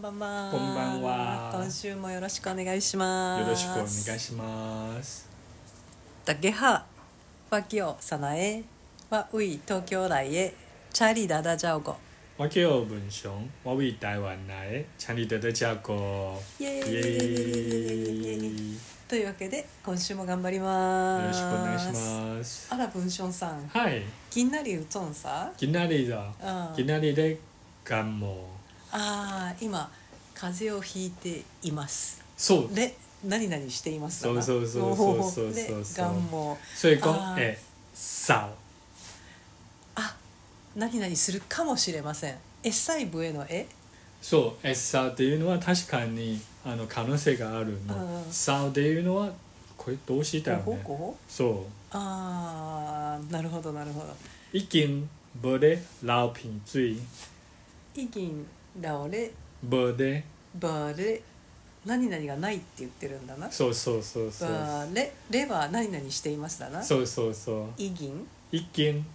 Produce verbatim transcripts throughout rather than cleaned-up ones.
ばんは。 こんばんは。 今週もよろしくお願いします。 よろしくお願いします。 大家好，我叫サナエ。我为東京来的，查理达达照顾。 我叫文雄，我为台湾来的，请你多多照顧。 イエーイイエーイ。 というわけで今週も頑張ります。 よろしくお願いします。 あら文章さん。 はい。 ぎんなりうつんさ。 きなりだ。きなりで感冒。 ああ、今風邪をひいています。 そう。 で、何々していますそうそうそうそうそうそうそう。 感冒。 所以講え、さあ、何々するかもしれません。エッサイブへのえ。 そう、エッサっていうのは確かにあの可能性があるの。さっていうのはこれ動詞だよね。 こここそう。 ああ、なるほどなるほど。 已經無咧流鼻水。 已經流れ無で。 バレ何々がないって言ってるんだな。 そうそうそうそう。 バレレは何々していますだな。 そうそうそう。 已經一見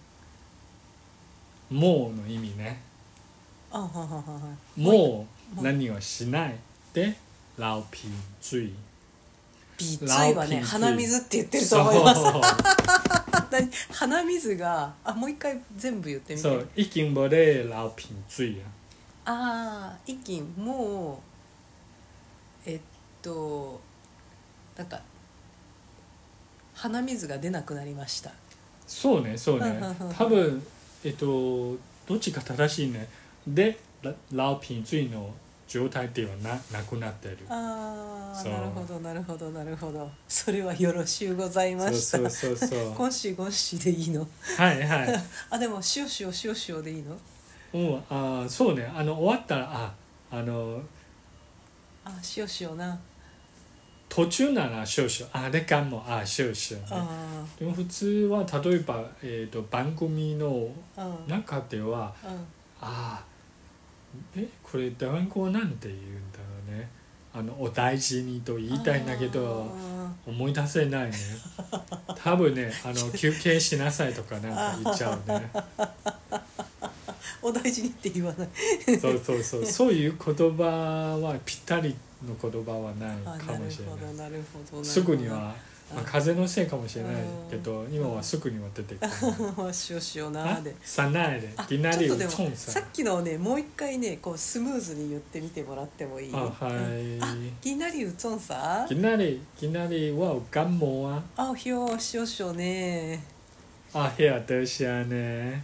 もうの意味ね。 あはははは。 もう何をしないで流鼻水。 鼻水はね、鼻水って言ってると思います。鼻水があ、もう一回全部言ってみて。 そう、已經無咧流鼻水や。 ああ、一気もうえっとなんか鼻水が出なくなりました。 そうねそうね。多分えっとどっちが正しいね。で流鼻水の状態では な, なくなってる。 ああ、なるほどなるほどなるほど。それはよろしゅうございました。 そうそうそうそう。 今週今週でいいの？ はいはい。 あ、でも塩塩塩塩でいいの？ うん、あ、そうね。あの終わったらああのあ、塩塩な。 途中なら少々あれかもあ少々、ね、あでも普通は例えば、えー、と番組の中では、うん、あえこれ台湾語はなんて言うんだろうね。あのお大事にと言いたいんだけど思い出せないね。多分ねあの休憩しなさいとかなんか言っちゃうね。 お大事にって言わない。 そうそうそう。そういう言葉はぴったりの言葉はないかもしれない。 なるほどなるほど。 すぐには、まあ、風邪のせいかもしれないけど今はすぐには出てくる。 塩塩なで。 さないで。いきなりちょっとでもさっきのをねもう一回ねこうスムーズに言ってみてもらってもいい？ あ、はい。 あ、いきなりうつんさ。 いきなりいきなりは感冒は。 あ、ひょ塩塩ね。 あ、部屋でしやね。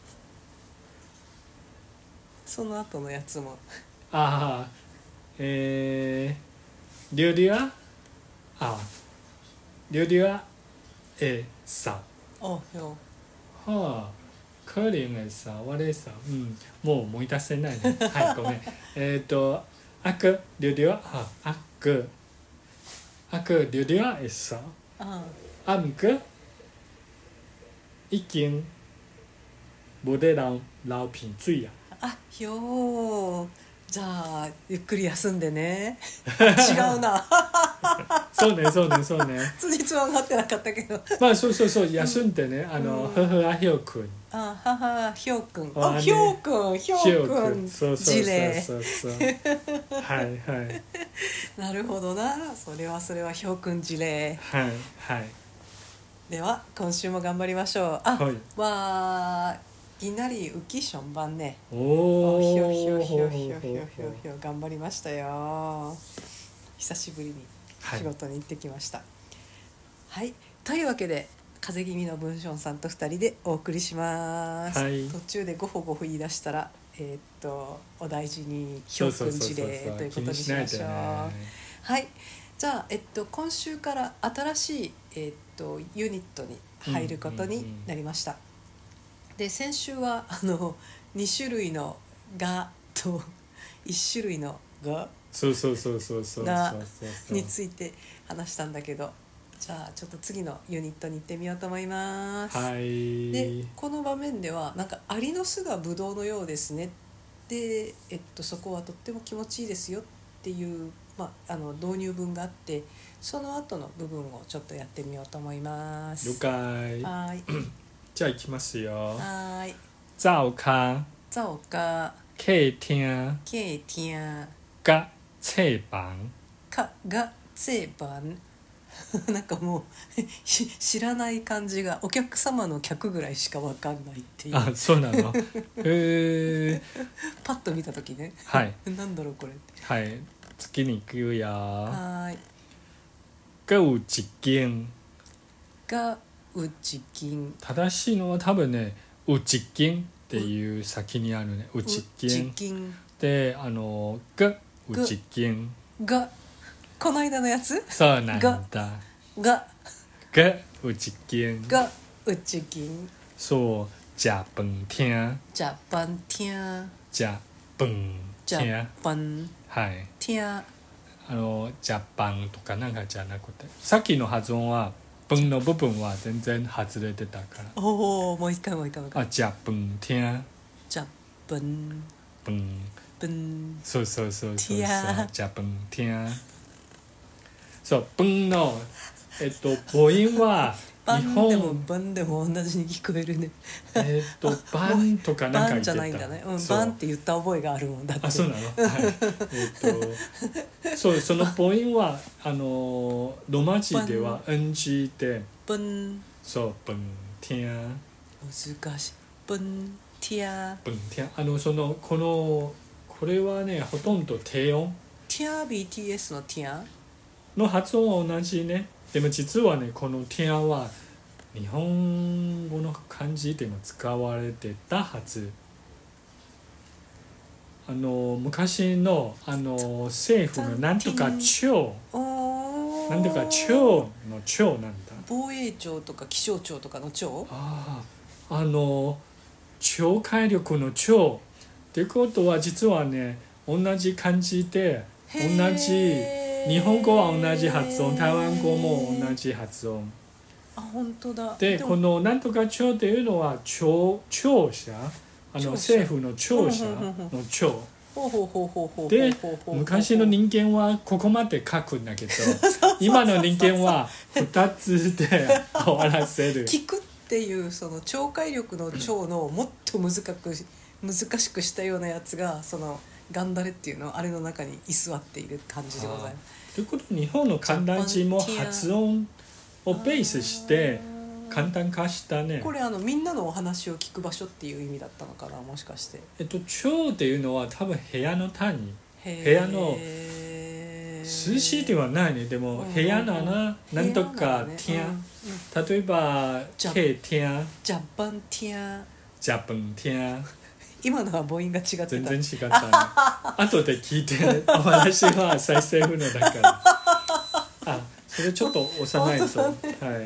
その後のやつもああ、えー、料理はあ、料理はえさ。 あ、よ。 はあ、可憐嘅さ、我哋さ、うん、もう思い出せないね。はい、ごめん。えっと、あく料理はあ、あく、あく料理はえさ。 あ、 あんく、一見無で流流鼻水や。 あ、ひょー。じゃあゆっくり休んでね。違うな。 そうねそうねそうね。 つじつまが合ってなかったけど。 まあそうそうそう休んでね、あの母はひょうくん。 あ、母ひょうくん。あ、ひょうくんひょうくん。 そうそうそうそう。はいはい。 なるほどな。それはそれはひょうくん事例。 はいはい。では今週も頑張りましょう。あ、はい、わー。いきなり浮きしょんばんね。 おお。 ひょひょひょひょひょひょひょ頑張りましたよ。久しぶりに仕事に行ってきました。はい、はい、というわけで風邪気味の文章さんとふたりでお送りします。はい、途中でゴホゴホ言い出したらえー、っとお大事にひょうくん事例ということにしましょう。はい。じゃあ、えっと、今週から新しい、えー、っとユニットに入ることになりました。うんうんうんで先週はあのに種類の「が」といち種類の「が」 そうそうそうそうそうについて話したんだけど、じゃあちょっと次のユニットに行ってみようと思います。 はい、 でこの場面ではなんかアリの巣がブドウのようですねで、えっと、そこはとっても気持ちいいですよっていう、まあ、あの導入文があってその後の部分をちょっとやってみようと思います。 了解。 はいじゃあ行きますよ。 はい。 早咖。 早咖。 客廳。 客廳。 が正版かが正版なんかもう知らない感じがお客様の客ぐらいしか分かんないっていう。 あ、そうなの。へえ。 パッと見た時ね、 はい。 なんだろうこれって。 はい。次に行くよ。 はい。 がうちぎん。 がうちぎん。 正しいのは多分ね、うちぎんっていう先にあるね。うちぎん。で、あのがうちぎん。 がこの間のやつ。 そうなんだ。 ががうちぎん。 がうちぎん。 そう。ジャパンティア。 ジャパンティア。 ジャパンティア。ジャパン。 はい。 ティア。 あのジャパンとかなんかじゃなくて、さっきの発音はブンの部分は全然外れてたから。 おお、もう一回もう一回もう一回。 あ、ジャパンティア。 ジャパン。 ブン。 ブン。 そうそうそうそうそう。ジティア。 ャパンティア。そうブンのえっと母音は日本でもバンでも同じに聞こえるね。 えっとバンとかなんか言ってた。 バンじゃないんだね。うん、バンって言った覚えがあるもんだって。 あ、そうなの。はい。えっとそうその母音はあのロマ字では エヌジー で。 ブン。 そうブンティア。 難しい。ブンティア。 ブンティア。あのそのこのこれはねほとんど低音。 ティア ビーティーエス のティアの発音は同じね。でも実はねこのティアは日本語の漢字でも使われてたはず。あの昔のあの政府のなんとか庁、なんとか庁の庁なんだ。 防衛庁とか気象庁とかの庁。 ああ、あの超快力の庁ってことは実はね同じ漢字で同じ。日本語は同じ発音、台湾語も同じ発音。 あ、本当だ。 で、このなんとか庁っていうのは庁庁舎、あの政府の庁舎の庁。で、昔の人間はここまで書くんだけど、今の人間はふたつで終わらせる。 聞くっていうその聴解力の聴のもっと難く難しくしたようなやつがその。ガンダレっていうのはあれの中に居座っている感じでございます。 ということで日本の簡単字も発音をベースして簡単化したね。 これあのみんなのお話を聞く場所っていう意味だったのかな、もしかして。 えっと庁っていうのは多分部屋の単位、部屋の数字ではないね。でも部屋ならなんとかティア、うんうん、例えばケティア、 ジャパンティア、 ジャパンティア。 今のは母音が違ってた。 全然違ったね。後で聞いて、ね、お話は再生不能だから。あ、それちょっと押さないと、ね、はい。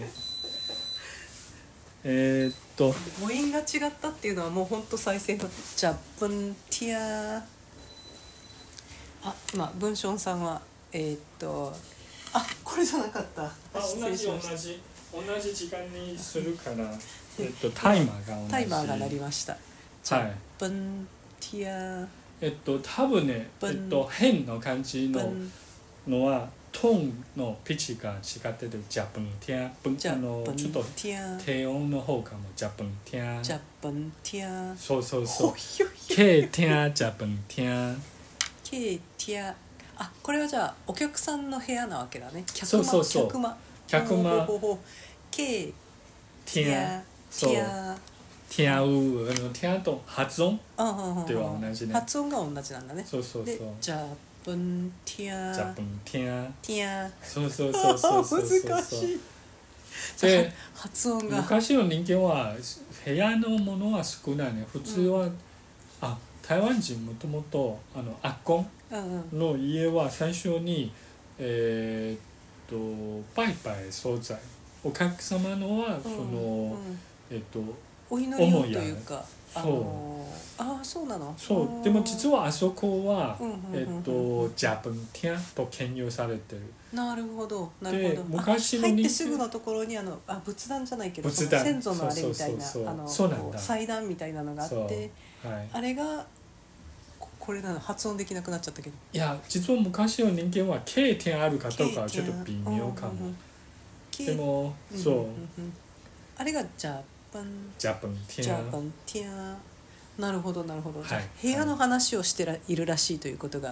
えー、っと母音が違ったっていうのはもう本当再生のジャパンティア。あ、今文章さんはえー、っとあ、これじゃなかった。あ、 同じ同じ同じ時間にするから、えっとタイマーが同じ。 タイマーが鳴りました。 はい、 ブンティア。 えっと多分ね、えっと変の感じののはトーンのピッチが違ってて、ジャパンティア、ブンあのちょっと低音の方かも。ジャパンティア、 ジャパンティア。 そうそうそう。ケーティア、ジャパンティア。 ケーティア。あ、これはじゃあお客さんの部屋なわけだね。客間。 そうそうそう。 客間。 客間。 ケーティア。 そう。ティアウあのティアと発音では同じね。 発音が同じなんだね。 そうそうそう。 ジャパンティア。 ジャパンティア。 ティア。 そうそうそうそうそうそう。 難しい。 で、 発音が。 昔の人間は部屋のものは少ないね。普通は、うん、あ、台湾人もともとあのアッコンの家は最初に、えー、っとバイバイ惣菜。お客様のはその、うんうん、えー、っと。 お祈りをというか、あのー、ああそうなの。 そうでも実はあそこは、うんうんうんうん、えっとジャパンティアと兼用されてる。 なるほどなるほど。 昔の入ってすぐのところにあのあ仏壇じゃないけどその先祖のあれみたいなあの祭壇みたいなのがあって、はい、あれがこれなの発音できなくなっちゃったけど。 いや実は昔の人間は K 点あるかどうかはちょっと微妙かも。うんうんうん、でもそう、うんうんうん、 あれがじゃあジャパンティア。 ジャパンティア。なるほどなるほど、はい、部屋の話をしてらいるらしいということが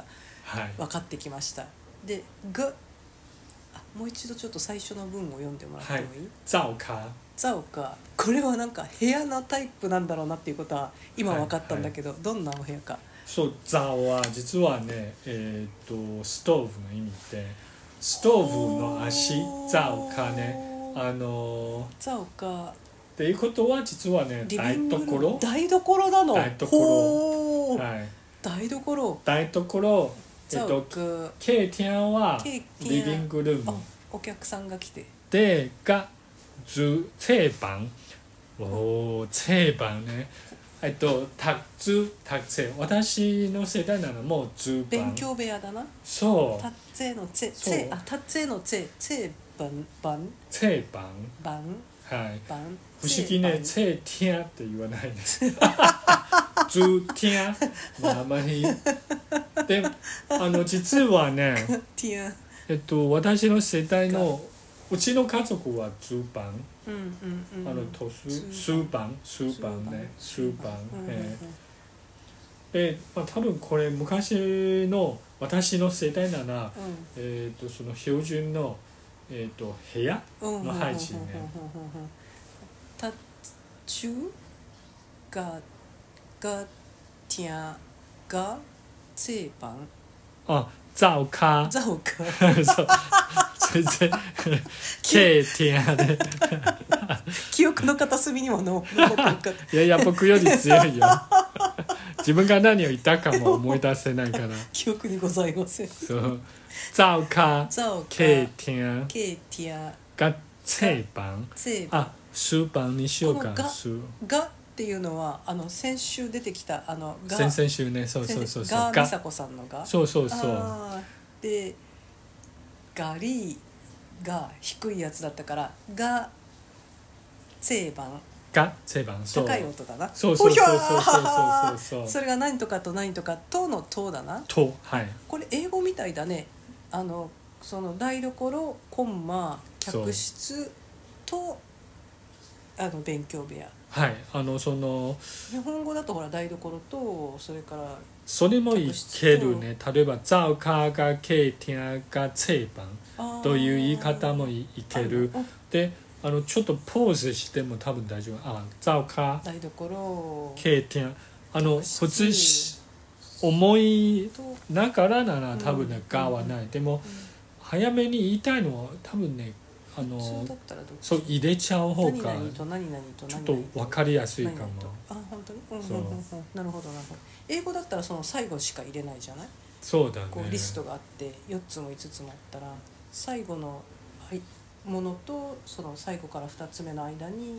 分かってきました。でがあもう一度ちょっと最初の文を読んでもらってもいい？はい、 ザオカザオカ、これはなんか部屋のタイプなんだろうなっていうことは今分かったんだけど、はいはい、どんなお部屋か。 そうザオは実はね、えー、とストーブの意味でストーブの足ザオカねあのザオカっていうことは実はね台所台所なの。 台所、はい、 台所台所えっとケーティアンはリビングルームお客さんが来てでがず正版お正版ねえっとタツタツ私の世代ならもう図版勉強部屋だな。 そうタツェのツェツェあタツェのツェツェ版版正版版はい版不思議ね正ティアって言わないです図ティアまああまりであの実はねティアえっと私の世代のうちの家族は図版うんうんうんあのとす数版数版ね数版えー、で、まあ、多分これ昔の私の世代なら、うんえー、とその標準の、えー、と部屋の配置ね。 タッチュががティアがツェ版あザオカザオカそう全然ケーティアで記憶の片隅にも残ってるかいやいや僕より強いよ自分が何を言ったかも思い出せないから記憶にございません。 そうザオカケーティアケーティアがツェ版あ数版にしようか数がっていうのはあの先週出てきたあのが先々週ねそうそうそうそうが美佐子さんのがそうそうそうでガリが低いやつだったからが正版が正版そう高い音だなそうそうそうそうそうそうそうそれが何とかと何とかとのとだなとはいこれ英語みたいだね。あのその台所コンマ客室とあの勉強部屋はいあのその日本語だとほら台所とそれからそれもいけるね。例えばザオカがケーティアが正版という言い方も い, いけるであのちょっとポーズしても多分大丈夫あザオカ台所ケーティアあの普通思いながらなら多分ね、うん、がはない、うん、でも、うん、早めに言いたいのは多分ねあのそう入れちゃう方がちょっと分かりやすいかも。 あ本当に、うんうんうんうん、なるほどなるほど。英語だったらその最後しか入れないじゃない。 そうだね。 こうリストがあってよっつもいつつもあったら最後のものとその最後からふたつめの間に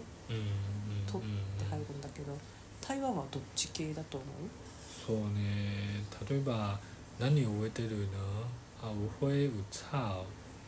「と」って入るんだけど台湾はどっち系だと思う？ そうね例えば何を覚えてるの？あ我会有草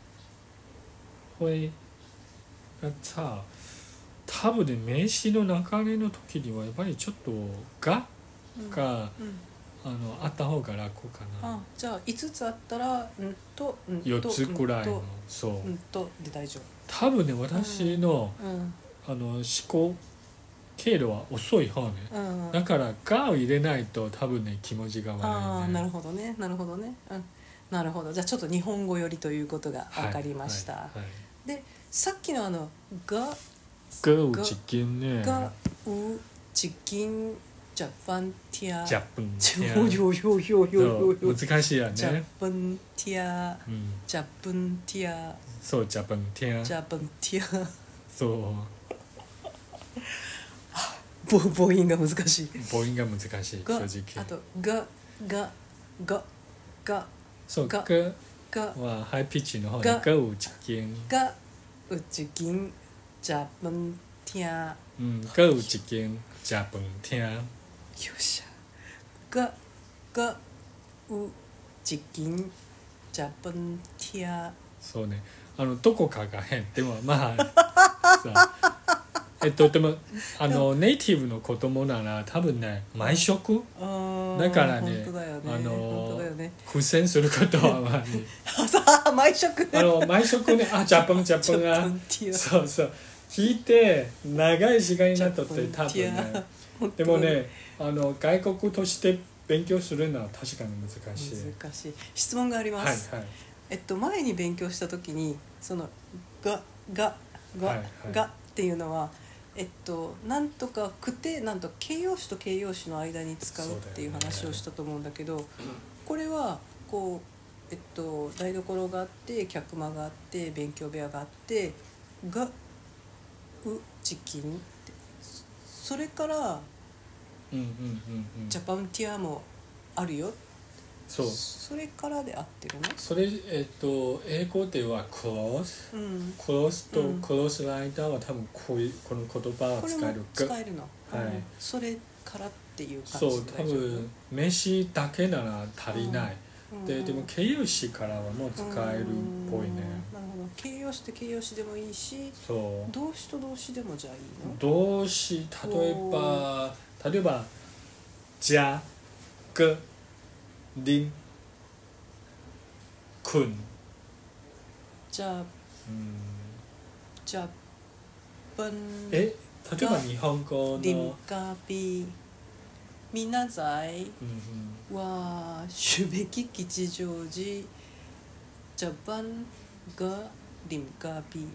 会がさ多分ね名詞の流れの時にはやっぱりちょっとがが、うんうんあのあった方が楽かな。 あじゃあいつつあったら「ん」と「ん」とよっつくらいのそう 「ん」とで大丈夫。 多分ね私の、うん、あの思考経路は遅い方ね、うん、だから「が」を入れないと多分ね気持ちが悪いね。 あなるほどねなるほどね、うん、なるほど。じゃあちょっと日本語寄りということが分かりました、はいはいはい、でさっきのあの「が」 がうチキンねがうチキンジャパンティアジャパンティア難しいよね。 ジャパンティア、うん、ジャパンティアそうジャパンティアジャパンティアそう母母音が難しい母音が難しい正直。 あとががががそうががはハイピッチの方ががうチキンがうチキンジャパンティアうんがうチキンジャパンティアよっしゃががうチキンジャパンティアそうねあのどこかが変でもまあさえっとでもあのネイティブの子供なら多分ね毎食だからねあの苦戦することはまあ毎食あの毎食ねあジャパンジャパンがそうそう聞いて長い時間になっとって多分ねでもねあの外国として勉強するのは確かに難しい。 難しい。質問があります。はいはい、えっと前に勉強した時にそのががが、はいはい、がっていうのはえっとなんとかくてなんと形容詞と形容詞の間に使うっていう話をしたと思うんだけど、これはこうえっと台所があって客間があって勉強部屋があってがうチキンってそれからうんうんうんうん、 ジャパンティアもあるよ。 そうそれからで合ってるの？ それ、えっと、英語では close、うん、close と close の間は多分こういうこの言葉は使える。 使えるの、はい、うん、それからっていう感じで大丈夫？ そう多分名詞だけなら足りない、うん、で, でも形容詞からはもう使えるっぽいね。 なるほど。形容詞って形容詞でもいいし、 そう動詞と動詞でもじゃあいいの？ 動詞例えば例えばじゃくりんくんじゃあ、うん、じゃあぶんえ例えば日本語のりんかびみなざいは主べき吉祥寺じゃばんがりんかび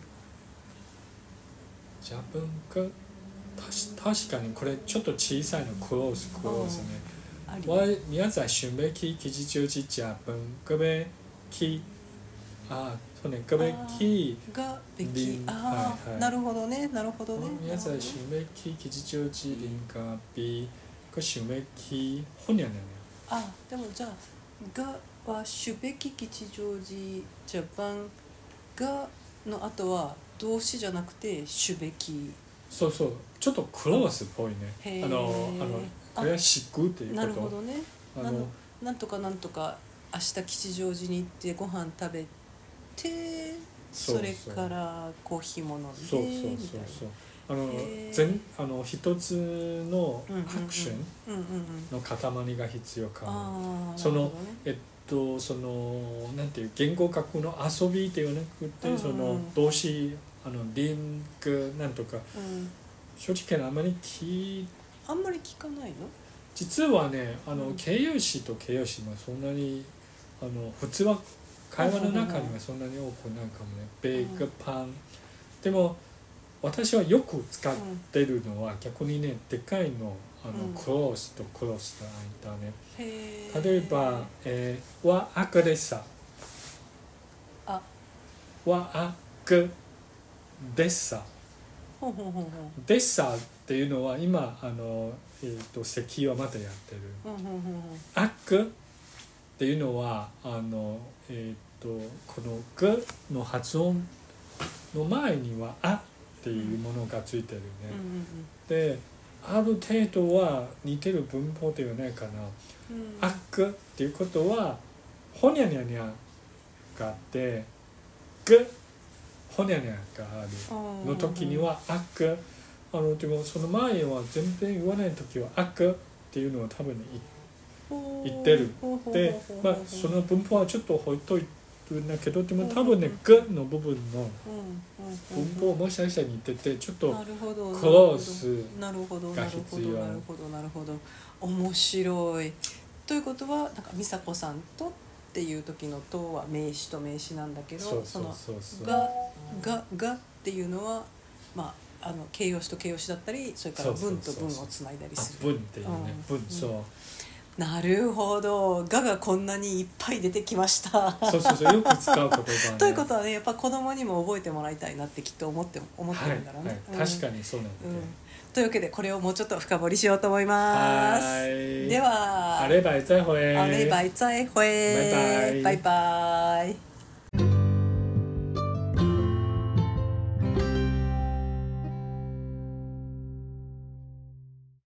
じゃぶんが確かにこれちょっと小さいのクローズクローズね。我宮在想要去吉祥寺食飯，嗰邊去啊，そうね、嗰邊去がべきああ、なるほどね、なるほどね。 宮在想要去吉祥寺臨咖啡，佢想要去ほにゃね。 あ、でもじゃあがは主べき吉祥寺ジャパンがの後は動詞じゃなくて主べき。 そうそう、ちょっとクローズっぽいね。あのあの。これは敷くっていうこと。 なるほどね。あのなんとかなんとか明日吉祥寺に行ってご飯食べて、それからコーヒーも飲んでそうそうそうそう。あの全あの一つのアクションの塊が必要かも。そのえっとそのなんていう言語学の遊びではなくて、その動詞あのリンクなんとか、うん、正直あまり聞いてあんまり聞かないの？ 実はね、あの、うん、形容詞と形容詞もそんなにあの普通は会話の中にはそんなに多くないかもね。ベーグパン、でも私はよく使ってるのは、うん、逆にねでかいのあの、うん、クロスとクロスの間ね。例えば、えー、ワアクレッサあワアクデッサデッサっていうのは今あの、えー、と石油はまだやってる。アクっていうのはあの、えー、とこのグの発音の前にはあっていうものがついてるね。である程度は似てる文法ではないかな。アクっていうことはほにゃにゃにゃがあってグほにゃにゃがあるの時にはアク、あのでもその前は全然言わない時はアクっていうのは多分言ってる。で、まあその文法はちょっと置いといるんだけど、でも多分ねグの部分の文法もしかしたら似ててちょっとクロースが必要。 なるほどなるほど面白い。ということはなんか美佐子さんとっていう時のとは名詞と名詞なんだけど、そのがががっていうのはまああの形容詞と形容詞だったり、それから文と文をつないだりする。文っていうね、うん、文そう。 なるほど、ががこんなにいっぱい出てきました。 そうそうそう、よく使う言葉、ね。 ということはね、やっぱ子供にも覚えてもらいたいなってきっと思って思ってるんだろうね。 はいはい、確かにそうなんだね、うん。 というわけでこれをもうちょっと深掘りしようと思います。では、 あればい再会。 あればい再会。 バイバイ。 バイバイ。